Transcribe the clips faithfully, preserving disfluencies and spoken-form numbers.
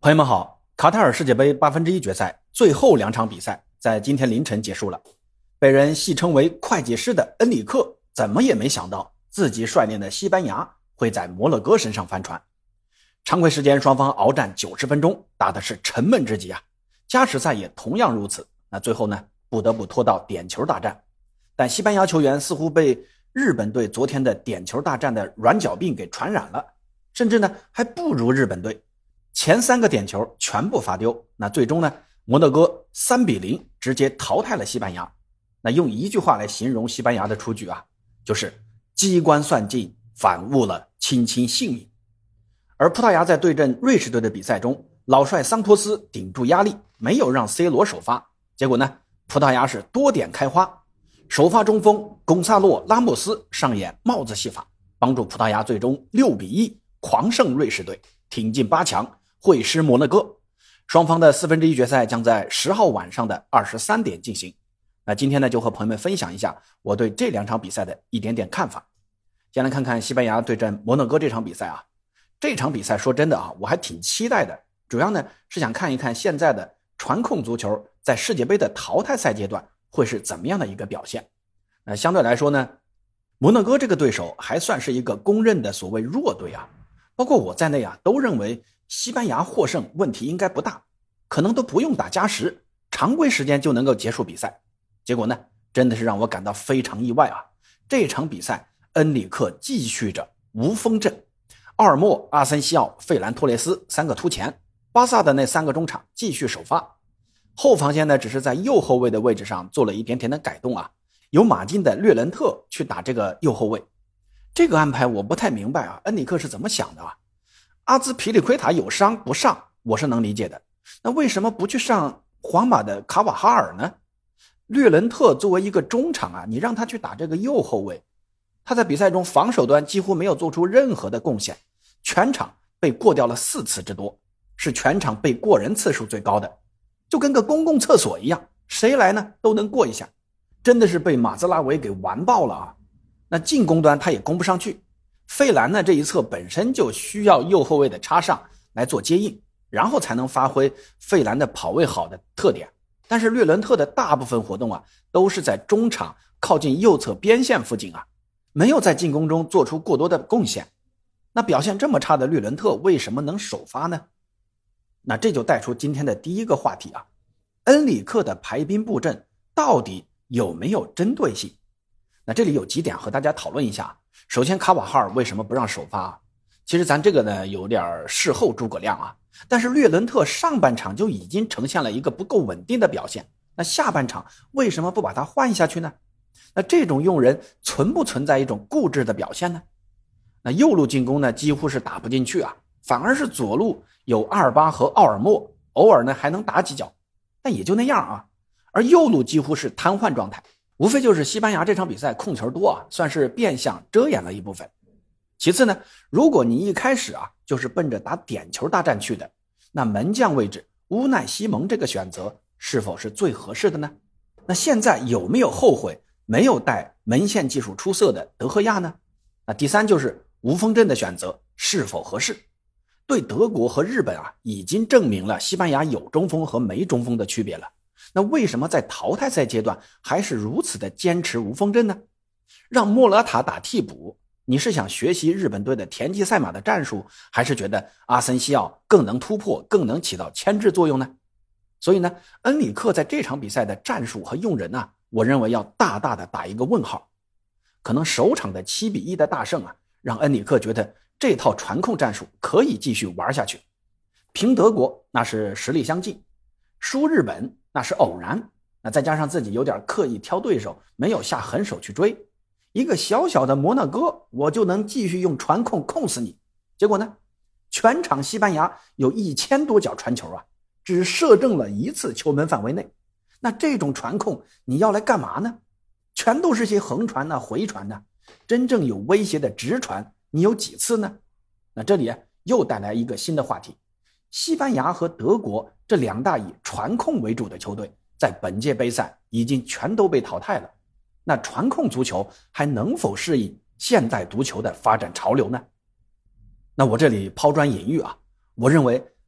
朋友们好，卡塔尔世界杯八分之一决赛最后两场比赛在今天凌晨结束了。被人戏称为会计师的恩里克怎么也没想到自己率领的西班牙会在摩洛哥身上翻船。常规时间双方鏖战九十分钟，打的是沉闷之极啊。加时赛也同样如此，那最后呢不得不拖到点球大战。但西班牙球员似乎被日本队昨天的点球大战的软脚病给传染了，甚至呢还不如日本队。前三个点球全部罚丢，那最终呢摩洛哥三比零直接淘汰了西班牙。那用一句话来形容西班牙的出局啊，就是机关算尽，反误了卿卿性命。而葡萄牙在对阵瑞士队的比赛中，老帅桑托斯顶住压力，没有让 C 罗首发，结果呢葡萄牙是多点开花，首发中锋贡萨洛拉莫斯上演帽子戏法，帮助葡萄牙最终六比一狂胜瑞士队，挺进八强，会师摩洛哥。双方的四分之一决赛将在十号晚上的二十三点进行。那今天呢就和朋友们分享一下我对这两场比赛的一点点看法。先来看看西班牙对阵摩洛哥这场比赛啊，这场比赛说真的啊，我还挺期待的，主要呢是想看一看现在的传控足球在世界杯的淘汰赛阶段会是怎么样的一个表现。那相对来说呢，摩洛哥这个对手还算是一个公认的所谓弱队啊，包括我在内啊都认为西班牙获胜问题应该不大，可能都不用打加时，常规时间就能够结束比赛。结果呢真的是让我感到非常意外啊！这场比赛恩里克继续着无锋阵，奥尔莫、阿森西奥、费兰托雷斯三个突前，巴萨的那三个中场继续首发，后防线呢只是在右后卫的位置上做了一点点的改动啊，由马竞的略伦特去打这个右后卫。这个安排我不太明白啊，恩里克是怎么想的啊？阿兹皮利奎塔有伤不上我是能理解的，那为什么不去上皇马的卡瓦哈尔呢？略伦特作为一个中场啊，你让他去打这个右后卫，他在比赛中防守端几乎没有做出任何的贡献，全场被过掉了四次之多，是全场被过人次数最高的，就跟个公共厕所一样，谁来呢都能过一下，真的是被马兹拉维给完爆了啊！那进攻端他也攻不上去，费兰呢这一侧本身就需要右后卫的插上来做接应，然后才能发挥费兰的跑位好的特点。但是略伦特的大部分活动啊都是在中场靠近右侧边线附近啊，没有在进攻中做出过多的贡献。那表现这么差的略伦特为什么能首发呢？那这就带出今天的第一个话题啊，恩里克的排兵布阵到底有没有针对性？那这里有几点和大家讨论一下。首先卡瓦哈尔为什么不让首发啊？其实咱这个呢有点事后诸葛亮啊，但是略伦特上半场就已经呈现了一个不够稳定的表现，那下半场为什么不把他换下去呢？那这种用人存不存在一种固执的表现呢？那右路进攻呢几乎是打不进去啊，反而是左路有阿尔巴和奥尔莫，偶尔呢还能打几脚，但也就那样啊。而右路几乎是瘫痪状态，无非就是西班牙这场比赛控球多啊，算是变相遮掩了一部分。其次呢，如果你一开始啊就是奔着打点球大战去的，那门将位置乌奈西蒙这个选择是否是最合适的呢？那现在有没有后悔没有带门线技术出色的德赫亚呢？那第三就是无锋阵的选择是否合适？对德国和日本啊已经证明了西班牙有中锋和没中锋的区别了，那为什么在淘汰赛阶段还是如此的坚持无锋阵呢？让莫拉塔打替补，你是想学习日本队的田忌赛马的战术，还是觉得阿森西奥更能突破，更能起到牵制作用呢？所以呢，恩里克在这场比赛的战术和用人啊，我认为要大大的打一个问号。可能首场的七比一的大胜啊，让恩里克觉得这套传控战术可以继续玩下去。平德国那是实力相近，输日本那是偶然，那再加上自己有点刻意挑对手，没有下狠手去追，一个小小的摩纳哥我就能继续用传控控死你。结果呢，全场西班牙有一千多脚传球啊，只射正了一次球门范围内。那这种传控你要来干嘛呢？全都是些横传啊回传啊，真正有威胁的直传你有几次呢？那这里又带来一个新的话题，西班牙和德国这两大以传控为主的球队在本届杯赛已经全都被淘汰了，那传控足球还能否适应现代足球的发展潮流呢？那我这里抛砖引玉啊，我认为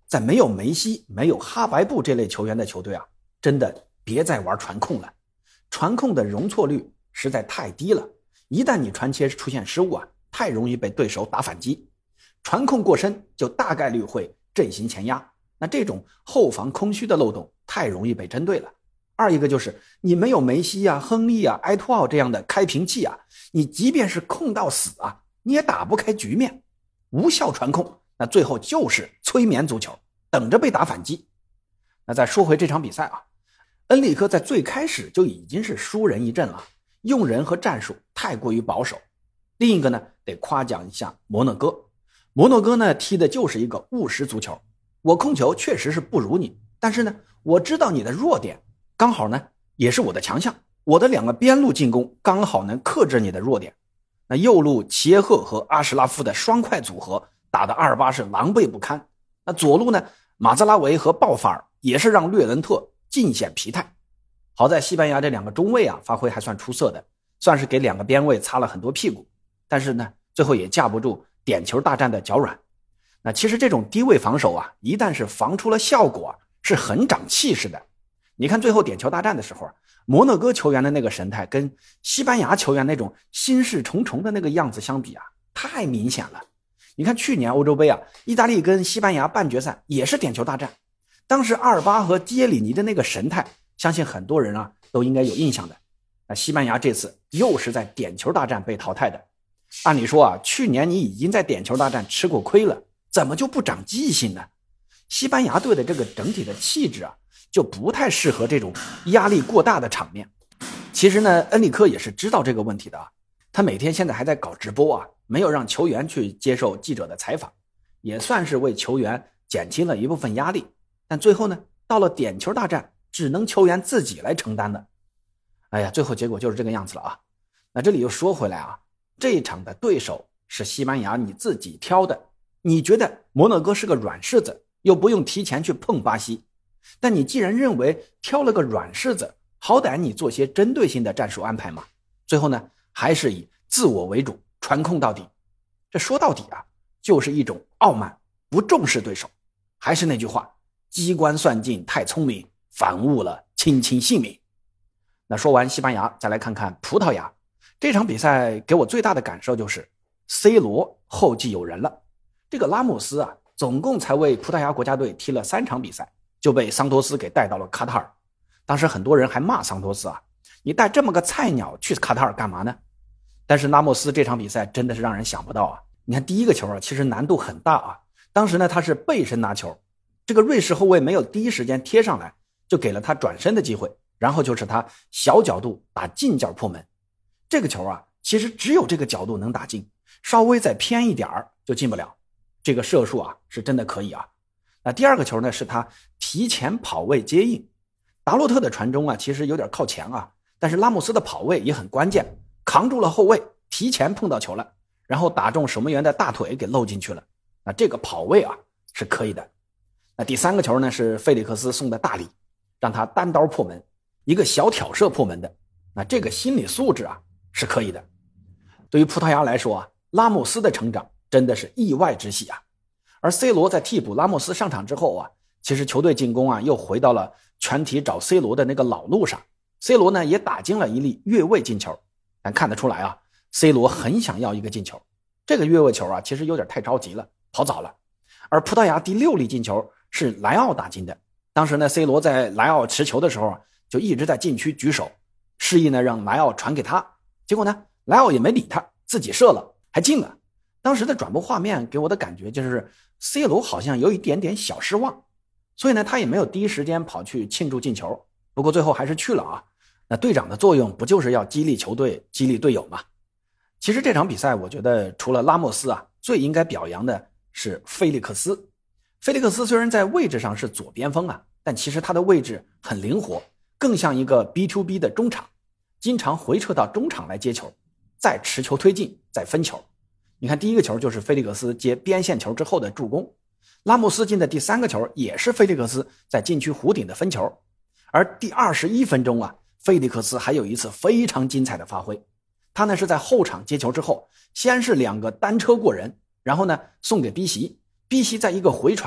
在没有梅西、没有哈白布这类球员的球队啊，真的别再玩传控了。传控的容错率实在太低了，一旦你传切出现失误啊，太容易被对手打反击。传控过深就大概率会阵型前压，那这种后防空虚的漏洞太容易被针对了。二一个就是你没有梅西啊、亨利啊、埃托奥这样的开瓶器啊，你即便是控到死啊，你也打不开局面。无效传控，那最后就是催眠足球，等着被打反击。那再说回这场比赛啊，恩里克在最开始就已经是输人一阵了，用人和战术太过于保守。另一个呢，得夸奖一下摩纳哥。摩纳哥呢踢的就是一个务实足球，我控球确实是不如你，但是呢，我知道你的弱点，刚好呢也是我的强项，我的两个边路进攻刚好能克制你的弱点。那右路齐耶赫和阿什拉夫的双快组合打得阿尔巴是狼狈不堪，那左路呢，马兹拉维和鲍法尔也是让略伦特尽显疲态。好在西班牙这两个中卫啊发挥还算出色的，算是给两个边卫擦了很多屁股，但是呢最后也架不住点球大战的脚软。那其实这种低位防守啊，一旦是防出了效果啊，是很长气势的。你看最后点球大战的时候，摩纳哥球员的那个神态跟西班牙球员那种心事重重的那个样子相比啊，太明显了。你看去年欧洲杯啊，意大利跟西班牙半决赛也是点球大战，当时阿尔巴和基耶里尼的那个神态，相信很多人啊都应该有印象的。那西班牙这次又是在点球大战被淘汰的。按理说啊，去年你已经在点球大战吃过亏了，怎么就不长记性呢？西班牙队的这个整体的气质啊，就不太适合这种压力过大的场面。其实呢，恩里克也是知道这个问题的啊，他每天现在还在搞直播啊，没有让球员去接受记者的采访，也算是为球员减轻了一部分压力。但最后呢，到了点球大战，只能球员自己来承担的。哎呀，最后结果就是这个样子了啊。那这里又说回来啊，这一场的对手是西班牙你自己挑的，你觉得摩纳哥是个软柿子，又不用提前去碰巴西。但你既然认为挑了个软柿子，好歹你做些针对性的战术安排嘛。最后呢，还是以自我为主，传控到底。这说到底啊，就是一种傲慢，不重视对手。还是那句话，机关算尽太聪明，反误了卿卿性命。那说完西班牙，再来看看葡萄牙。这场比赛给我最大的感受就是 C 罗后继有人了。这个拉莫斯啊，总共才为葡萄牙国家队踢了三场比赛，就被桑托斯给带到了卡塔尔。当时很多人还骂桑托斯啊，你带这么个菜鸟去卡塔尔干嘛呢？但是拉莫斯这场比赛真的是让人想不到啊。你看第一个球啊，其实难度很大啊。当时呢，他是背身拿球，这个瑞士后卫没有第一时间贴上来，就给了他转身的机会，然后就是他小角度打近角破门。这个球啊，其实只有这个角度能打进，稍微再偏一点儿就进不了。这个射术啊，是真的可以啊。那第二个球呢，是他提前跑位接应，达洛特的传中啊，其实有点靠前啊，但是拉莫斯的跑位也很关键，扛住了后卫，提前碰到球了，然后打中守门员的大腿给漏进去了。那这个跑位啊是可以的。那第三个球呢，是费利克斯送的大礼，让他单刀破门，一个小挑射破门的。那这个心理素质啊是可以的。对于葡萄牙来说啊，拉莫斯的成长真的是意外之喜啊。而 C 罗在替补拉莫斯上场之后啊，其实球队进攻啊又回到了全体找 C 罗的那个老路上。C 罗呢也打进了一粒越位进球，但看得出来啊 ，C 罗很想要一个进球。这个越位球啊，其实有点太着急了，跑早了。而葡萄牙第六粒进球是莱奥打进的。当时呢 ，C 罗在莱奥持球的时候啊，就一直在禁区举手，示意呢让莱奥传给他。结果呢，莱奥也没理他，自己射了，还进了。当时的转播画面给我的感觉就是 C 罗好像有一点点小失望，所以呢，他也没有第一时间跑去庆祝进球。不过最后还是去了啊。那队长的作用不就是要激励球队、激励队友吗？其实这场比赛，我觉得除了拉莫斯啊，最应该表扬的是菲利克斯。菲利克斯虽然在位置上是左边锋啊，但其实他的位置很灵活，更像一个 B to B 的中场，经常回撤到中场来接球，再持球推进，再分球。你看第一个球就是菲利克斯接边线球之后的助攻，拉莫斯进的第三个球也是菲利克斯在禁区弧顶的分球。而第二十一分钟啊，菲利克斯还有一次非常精彩的发挥。他呢是在后场接球之后，先是两个单车过人，然后呢送给逼席，逼席在一个回传，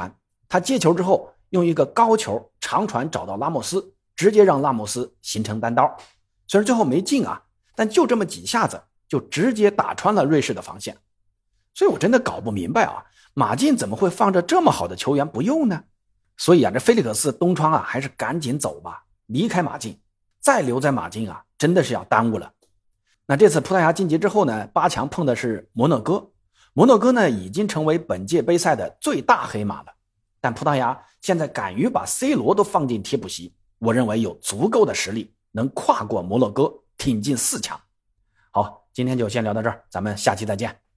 他接球之后用一个高球长传找到拉莫斯，直接让拉莫斯形成单刀。虽然最后没进啊，但就这么几下子就直接打穿了瑞士的防线。所以我真的搞不明白啊，马竞怎么会放着这么好的球员不用呢？所以啊，这菲利克斯东窗啊，还是赶紧走吧，离开马竞。再留在马竞啊，真的是要耽误了。那这次葡萄牙晋级之后呢，八强碰的是摩纳哥。摩纳哥呢，已经成为本届杯赛的最大黑马了。但葡萄牙现在敢于把 C 罗都放进替补席，我认为有足够的实力能跨过摩洛哥，挺进四强。好，今天就先聊到这儿，咱们下期再见。